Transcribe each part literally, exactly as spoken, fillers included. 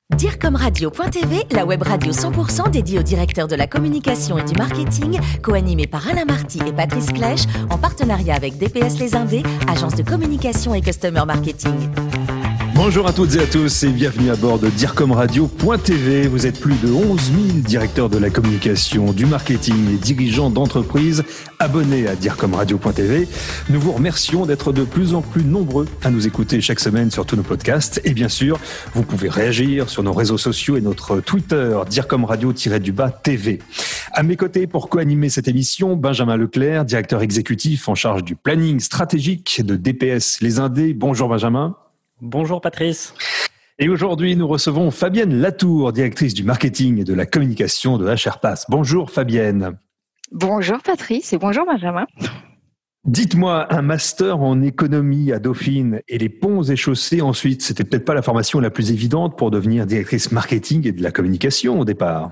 Dircomradio point t v, la web radio cent pour cent dédiée aux directeurs de la communication et du marketing, co-animée par Alain Marty et Patrice Clèche, en partenariat avec D P S Les Indés, agence de communication et customer marketing. Bonjour à toutes et à tous et bienvenue à bord de Dircomradio point t v. Vous êtes plus de onze mille directeurs de la communication, du marketing et dirigeants d'entreprises abonnés à Dircomradio point t v. Nous vous remercions d'être de plus en plus nombreux à nous écouter chaque semaine sur tous nos podcasts. Et bien sûr, vous pouvez réagir sur nos réseaux sociaux et notre Twitter, Dircomradio-du-bas T V. À mes côtés, pour co-animer cette émission, Benjamin Leclerc, directeur exécutif en charge du planning stratégique de D P S Les Indés. Bonjour Benjamin. Bonjour Patrice. Et aujourd'hui, nous recevons Fabienne Latour, directrice du marketing et de la communication de HRPass. Bonjour Fabienne. Bonjour Patrice et bonjour Benjamin. Dites-moi, un master en économie à Dauphine et les ponts et chaussées ensuite, c'était peut-être pas la formation la plus évidente pour devenir directrice marketing et de la communication au départ.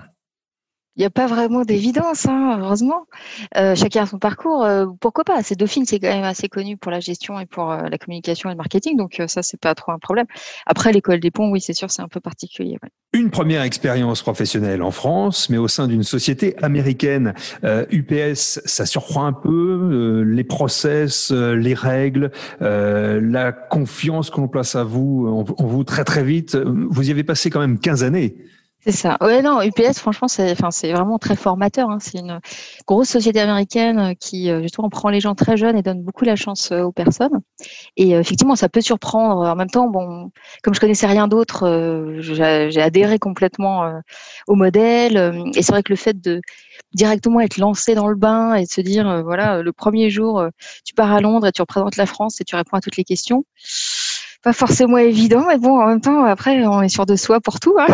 Il n'y a pas vraiment d'évidence, hein, heureusement. Euh, chacun a son parcours. Euh, pourquoi pas? C'est Dauphine, c'est quand même assez connu pour la gestion et pour euh, la communication et le marketing, donc euh, ça, c'est pas trop un problème. Après, l'école des ponts, oui, c'est sûr, c'est un peu particulier. Ouais. Une première expérience professionnelle en France, mais au sein d'une société américaine. Euh, U P S, ça surprend un peu, euh, les process, euh, les règles, euh, la confiance qu'on place à vous, en, en vous très très vite. Vous y avez passé quand même quinze années. C'est ça. Ouais, non, U P S, franchement, c'est, enfin, c'est vraiment très formateur. Hein. C'est une grosse société américaine qui, justement, prend les gens très jeunes et donne beaucoup la chance aux personnes. Et effectivement, ça peut surprendre. En même temps, bon, comme je connaissais rien d'autre, j'ai, j'ai adhéré complètement au modèle. Et c'est vrai que le fait de directement être lancé dans le bain et de se dire, voilà, le premier jour, tu pars à Londres et tu représentes la France et tu réponds à toutes les questions. Pas forcément évident, mais bon, en même temps, après, on est sûr de soi pour tout. Hein.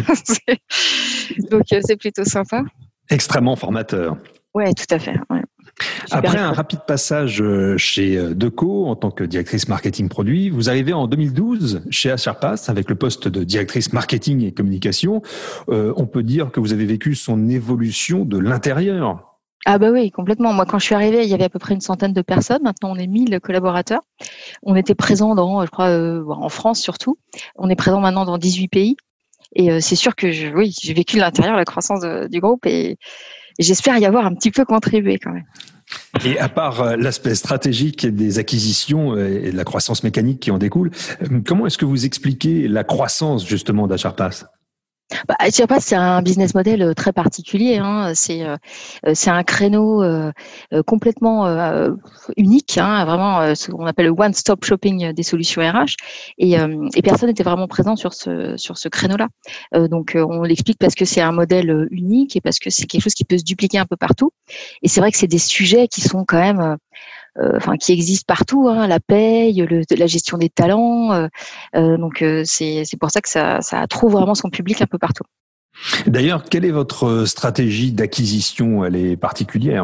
Donc, c'est plutôt sympa. Extrêmement formateur. Ouais, tout à fait. Ouais. Après un rapide passage chez Deco en tant que directrice marketing produit, vous arrivez en deux mille douze chez HRPass avec le poste de directrice marketing et communication. Euh, on peut dire que vous avez vécu son évolution de l'intérieur. Ah bah oui, complètement. Moi, quand je suis arrivée, il y avait à peu près une centaine de personnes. Maintenant, on est mille collaborateurs. On était présents dans, je crois, euh, en France surtout. On est présents maintenant dans dix-huit pays. Et euh, c'est sûr que je, oui, j'ai vécu de l'intérieur la croissance de, du groupe et, et j'espère y avoir un petit peu contribué quand même. Et à part l'aspect stratégique des acquisitions et de la croissance mécanique qui en découle, comment est-ce que vous expliquez la croissance justement d'HRPass ? Bah, HRPass, c'est un business model très particulier. Hein. C'est, euh, c'est un créneau euh, complètement euh, unique, hein, vraiment euh, ce qu'on appelle le one-stop shopping des solutions R H. Et, euh, et personne n'était vraiment présent sur ce sur ce créneau-là. Euh, donc, euh, on l'explique parce que c'est un modèle unique et parce que c'est quelque chose qui peut se dupliquer un peu partout. Et c'est vrai que c'est des sujets qui sont quand même euh, Euh, enfin qui existent partout, hein, la paye, le, la gestion des talents. Euh, euh, donc euh, c'est c'est pour ça que ça ça trouve vraiment son public un peu partout. D'ailleurs, quelle est votre stratégie d'acquisition? Elle est particulière.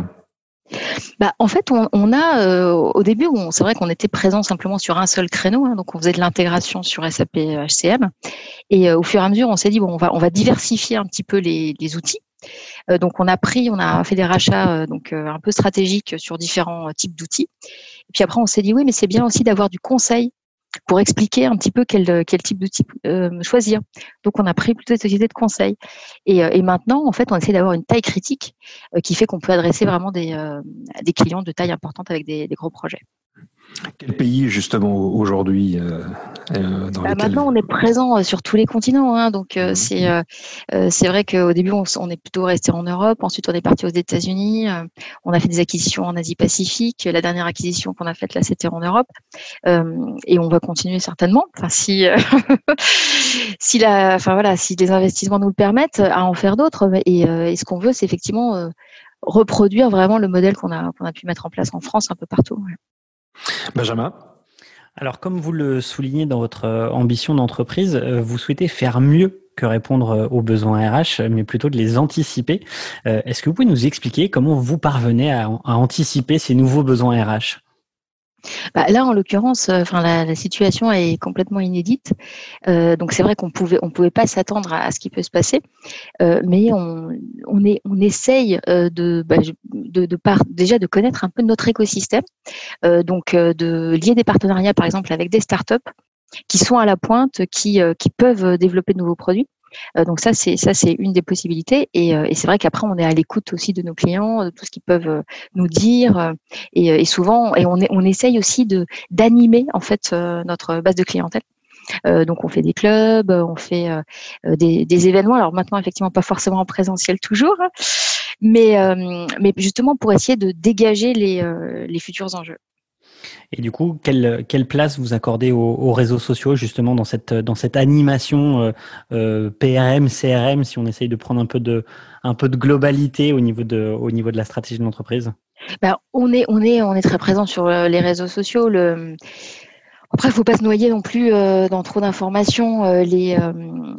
Bah, en fait, on, on a euh, au début, on, c'est vrai qu'on était présent simplement sur un seul créneau, hein, donc on faisait de l'intégration sur S A P H C M. Et euh, au fur et à mesure, on s'est dit bon, on va on va diversifier un petit peu les, les outils. Euh, donc on a pris, on a fait des rachats euh, donc euh, un peu stratégiques sur différents types d'outils. Et puis après, on s'est dit oui, mais c'est bien aussi d'avoir du conseil pour expliquer un petit peu quel, quel type d'outil euh, choisir. Donc on a pris plutôt des sociétés de conseil. Et, et maintenant, en fait, on essaie d'avoir une taille critique euh, qui fait qu'on peut adresser vraiment des, euh, des clients de taille importante avec des, des gros projets. Quel pays justement aujourd'hui euh, euh, dans bah lesquels... Maintenant, on est présent sur tous les continents, hein, donc euh, mmh. c'est euh, c'est vrai qu'au début, on, on est plutôt resté en Europe. Ensuite, on est parti aux États-Unis. Euh, on a fait des acquisitions en Asie-Pacifique. La dernière acquisition qu'on a faite là, c'était en Europe, euh, et on va continuer certainement. Enfin, si euh, si la, enfin voilà, si les investissements nous le permettent, à en faire d'autres. Et, euh, et ce qu'on veut, c'est effectivement euh, reproduire vraiment le modèle qu'on a qu'on a pu mettre en place en France un peu partout. Ouais. Benjamin ? Alors, comme vous le soulignez dans votre ambition d'entreprise, vous souhaitez faire mieux que répondre aux besoins R H, mais plutôt de les anticiper. Est-ce que vous pouvez nous expliquer comment vous parvenez à, à anticiper ces nouveaux besoins R H ? Bah, là, en l'occurrence, euh, enfin, la, la situation est complètement inédite. Euh, donc, c'est vrai qu'on pouvait, on pouvait pas s'attendre à, à ce qui peut se passer, euh, mais on, on, est, on essaye euh, de, bah, de, de part, déjà de connaître un peu notre écosystème, euh, donc euh, de lier des partenariats, par exemple, avec des startups qui sont à la pointe, qui, euh, qui peuvent développer de nouveaux produits. Euh, donc ça, c'est ça, c'est une des possibilités. Et, euh, et c'est vrai qu'après, on est à l'écoute aussi de nos clients, de tout ce qu'ils peuvent euh, nous dire. euh, Et, et souvent, et on, est, on essaye aussi de d'animer en fait euh, notre base de clientèle. Euh, donc on fait des clubs, on fait euh, des, des événements. Alors maintenant, effectivement, pas forcément en présentiel toujours, hein, mais euh, mais justement pour essayer de dégager les euh, les futurs enjeux. Et du coup, quelle, quelle place vous accordez aux, aux réseaux sociaux justement dans cette, dans cette animation euh, euh, P R M, C R M, si on essaye de prendre un peu de, un peu de globalité au niveau de, au niveau de la stratégie de l'entreprise? Ben, on est, on est, on est très présent sur les réseaux sociaux. Le, Après, il ne faut pas se noyer non plus euh, dans trop d'informations. Euh, les, euh,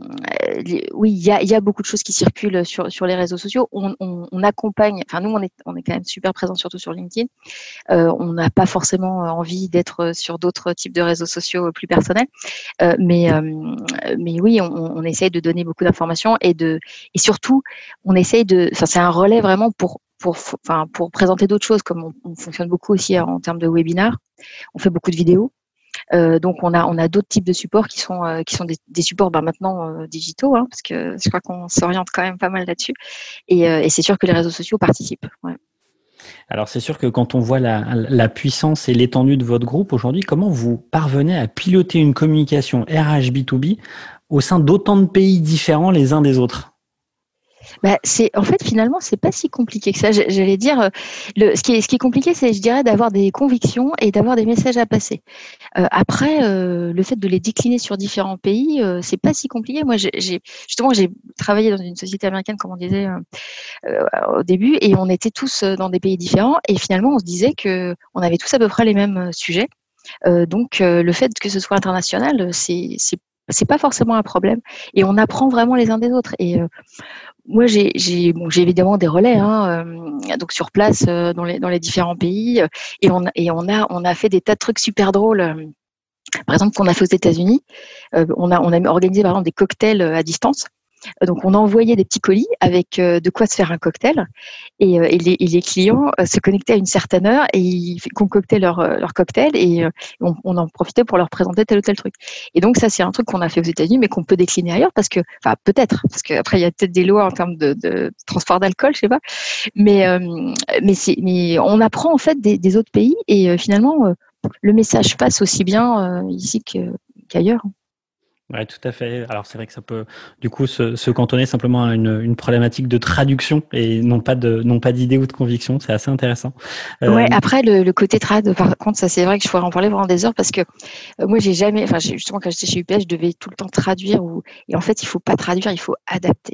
les, oui, il y a, y a beaucoup de choses qui circulent sur, sur les réseaux sociaux. On, on, on accompagne, enfin nous, on est, on est quand même super présent, surtout sur LinkedIn. Euh, on n'a pas forcément envie d'être sur d'autres types de réseaux sociaux plus personnels. Euh, mais, euh, mais oui, on, on essaye de donner beaucoup d'informations et, de, et surtout, on essaye de, enfin, c'est un relais vraiment pour, pour, enfin, pour présenter d'autres choses, comme on, on fonctionne beaucoup aussi en termes de webinaires. On fait beaucoup de vidéos. Euh, donc on a on a d'autres types de supports qui sont euh, qui sont des, des supports ben, maintenant euh, digitaux, hein, parce que je crois qu'on s'oriente quand même pas mal là-dessus. Et, euh, et c'est sûr que les réseaux sociaux participent. Ouais. Alors c'est sûr que quand on voit la, la puissance et l'étendue de votre groupe aujourd'hui, comment vous parvenez à piloter une communication R H B deux B au sein d'autant de pays différents les uns des autres? Bah, c'est en fait finalement c'est pas si compliqué que ça. J'allais dire le ce qui est ce qui est compliqué, c'est je dirais d'avoir des convictions et d'avoir des messages à passer. Euh, après euh, le fait de les décliner sur différents pays, euh, c'est pas si compliqué. Moi j'ai justement j'ai travaillé dans une société américaine comme on disait euh, euh, au début et on était tous dans des pays différents et finalement on se disait que on avait tous à peu près les mêmes sujets. Euh, donc euh, le fait que ce soit international, c'est c'est c'est pas forcément un problème et on apprend vraiment les uns des autres et euh, moi, j'ai, j'ai, bon, j'ai évidemment des relais, hein, euh, donc sur place euh, dans les dans les différents pays, euh, et on et on a on a fait des tas de trucs super drôles. Euh, par exemple, qu'on a fait aux États-Unis, euh, on a on a organisé par exemple des cocktails à distance. Donc, on a envoyé des petits colis avec euh, de quoi se faire un cocktail. Et, euh, et, les, et les clients euh, se connectaient à une certaine heure et ils concoctaient leur, euh, leur cocktail et euh, on, on en profitait pour leur présenter tel ou tel truc. Et donc, ça, c'est un truc qu'on a fait aux États-Unis, mais qu'on peut décliner ailleurs parce que, enfin, peut-être, parce qu'après, il y a peut-être des lois en termes de, de transport d'alcool, je sais pas. Mais, euh, mais, c'est, mais on apprend en fait des, des autres pays et euh, finalement, euh, le message passe aussi bien euh, ici que, qu'ailleurs. Ouais, tout à fait. Alors c'est vrai que ça peut du coup se, se cantonner simplement à une, une problématique de traduction et non pas de non pas d'idée ou de conviction. C'est assez intéressant. Euh... Ouais. Après le, le côté trad, par contre, ça c'est vrai que je pourrais en parler pendant des heures parce que euh, moi j'ai jamais, enfin justement quand j'étais chez U P S, je devais tout le temps traduire ou et en fait il faut pas traduire, il faut adapter.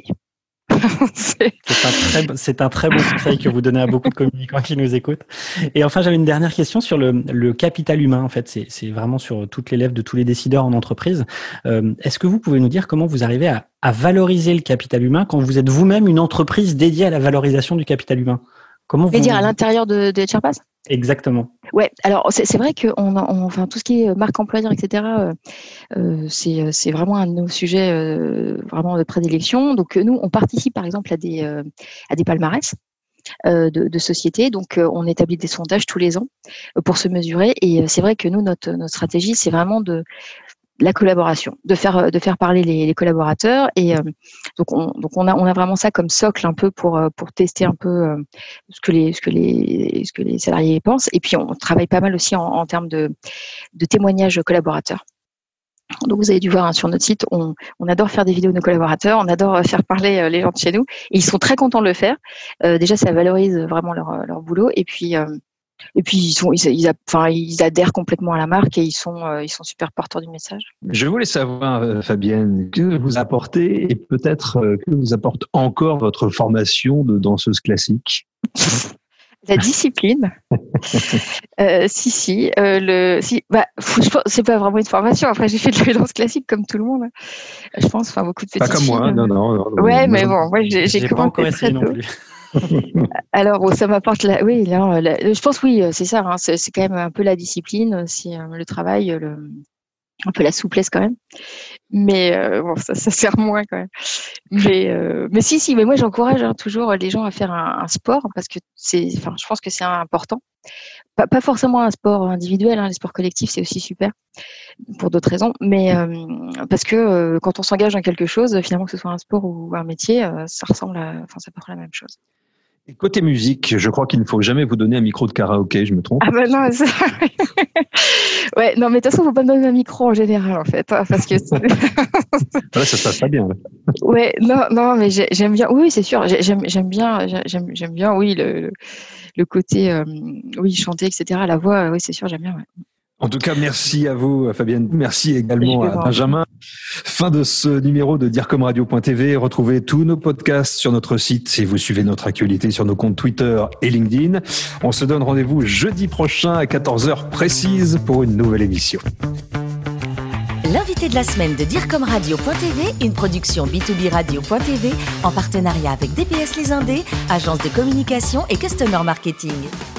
c'est, un très, c'est un très bon conseil que vous donnez à beaucoup de communicants qui nous écoutent. Et enfin, j'avais une dernière question sur le, le capital humain. En fait, c'est, c'est vraiment sur toutes les lèvres de tous les décideurs en entreprise. Euh, est-ce que vous pouvez nous dire comment vous arrivez à, à valoriser le capital humain quand vous êtes vous-même une entreprise dédiée à la valorisation du capital humain? Comment vous... dire à l'intérieur de, de H R Pass? Exactement. Ouais, alors c'est, c'est vrai que on, on, enfin, tout ce qui est marque employeur, et cetera, euh, euh, c'est, c'est vraiment un de nos sujets euh, vraiment de prédilection. Donc nous, on participe par exemple à des, euh, à des palmarès euh, de, de sociétés. Donc euh, on établit des sondages tous les ans euh, pour se mesurer. Et euh, c'est vrai que nous, notre, notre stratégie, c'est vraiment de la collaboration, de faire de faire parler les, les collaborateurs et euh, donc on donc on a on a vraiment ça comme socle un peu pour pour tester un peu euh, ce que les ce que les ce que les salariés pensent et puis on travaille pas mal aussi en, en termes de de témoignages collaborateurs. Donc vous avez dû voir hein, sur notre site, on, on adore faire des vidéos de nos collaborateurs, on adore faire parler euh, les gens de chez nous et ils sont très contents de le faire. Euh, déjà ça valorise vraiment leur leur boulot et puis euh, Et puis ils sont, ils, ils, enfin, ils adhèrent complètement à la marque et ils sont, euh, ils sont super porteurs du message. Je voulais savoir, euh, Fabienne, que vous apportez et peut-être euh, que vous apporte encore votre formation de danseuse classique. La discipline. euh, si, si, euh, le, si, bah, je pense, c'est pas vraiment une formation. Après, j'ai fait de la danse classique comme tout le monde. Je pense, enfin, beaucoup de petites Pas comme filles, moi, euh... non, non, non. Ouais, non, mais non. bon, moi, j'ai, j'ai, j'ai commencé pas encore essayé non plus. Alors, bon, ça m'apporte la, oui, là, la, je pense, oui, c'est ça, hein, c'est, c'est quand même un peu la discipline, c'est euh, le travail, le, un peu la souplesse quand même. Mais euh, bon, ça, ça sert moins quand même. Mais, euh, mais si, si, mais moi j'encourage hein, toujours les gens à faire un, un sport parce que c'est, enfin, je pense que c'est important. Pas, pas forcément un sport individuel, hein, les sports collectifs c'est aussi super pour d'autres raisons, mais euh, parce que euh, quand on s'engage dans quelque chose, finalement que ce soit un sport ou un métier, euh, ça ressemble à, enfin ça peut être la même chose. Et côté musique, je crois qu'il ne faut jamais vous donner un micro de karaoké, je me trompe? Ah ben non, ça... ouais, non mais de toute façon, faut pas me donner un micro en général en fait, hein, parce que là, ça se passe pas bien. Là. Ouais, non, non, mais j'aime bien. Oui, c'est sûr, j'aime, j'aime bien, j'aime, j'aime bien, oui, le, le côté, euh, oui, chanter, et cetera. La voix, oui, c'est sûr, j'aime bien. Ouais. En tout cas, merci à vous, Fabienne. Merci également à Benjamin. Fin de ce numéro de dire comme radio point t v. Retrouvez tous nos podcasts sur notre site et vous suivez notre actualité sur nos comptes Twitter et LinkedIn. On se donne rendez-vous jeudi prochain à quatorze heures précise pour une nouvelle émission. L'invité de la semaine de dire comme radio point t v, une production B deux B radio point t v en partenariat avec D P S Les Indés, agence de communication et customer marketing.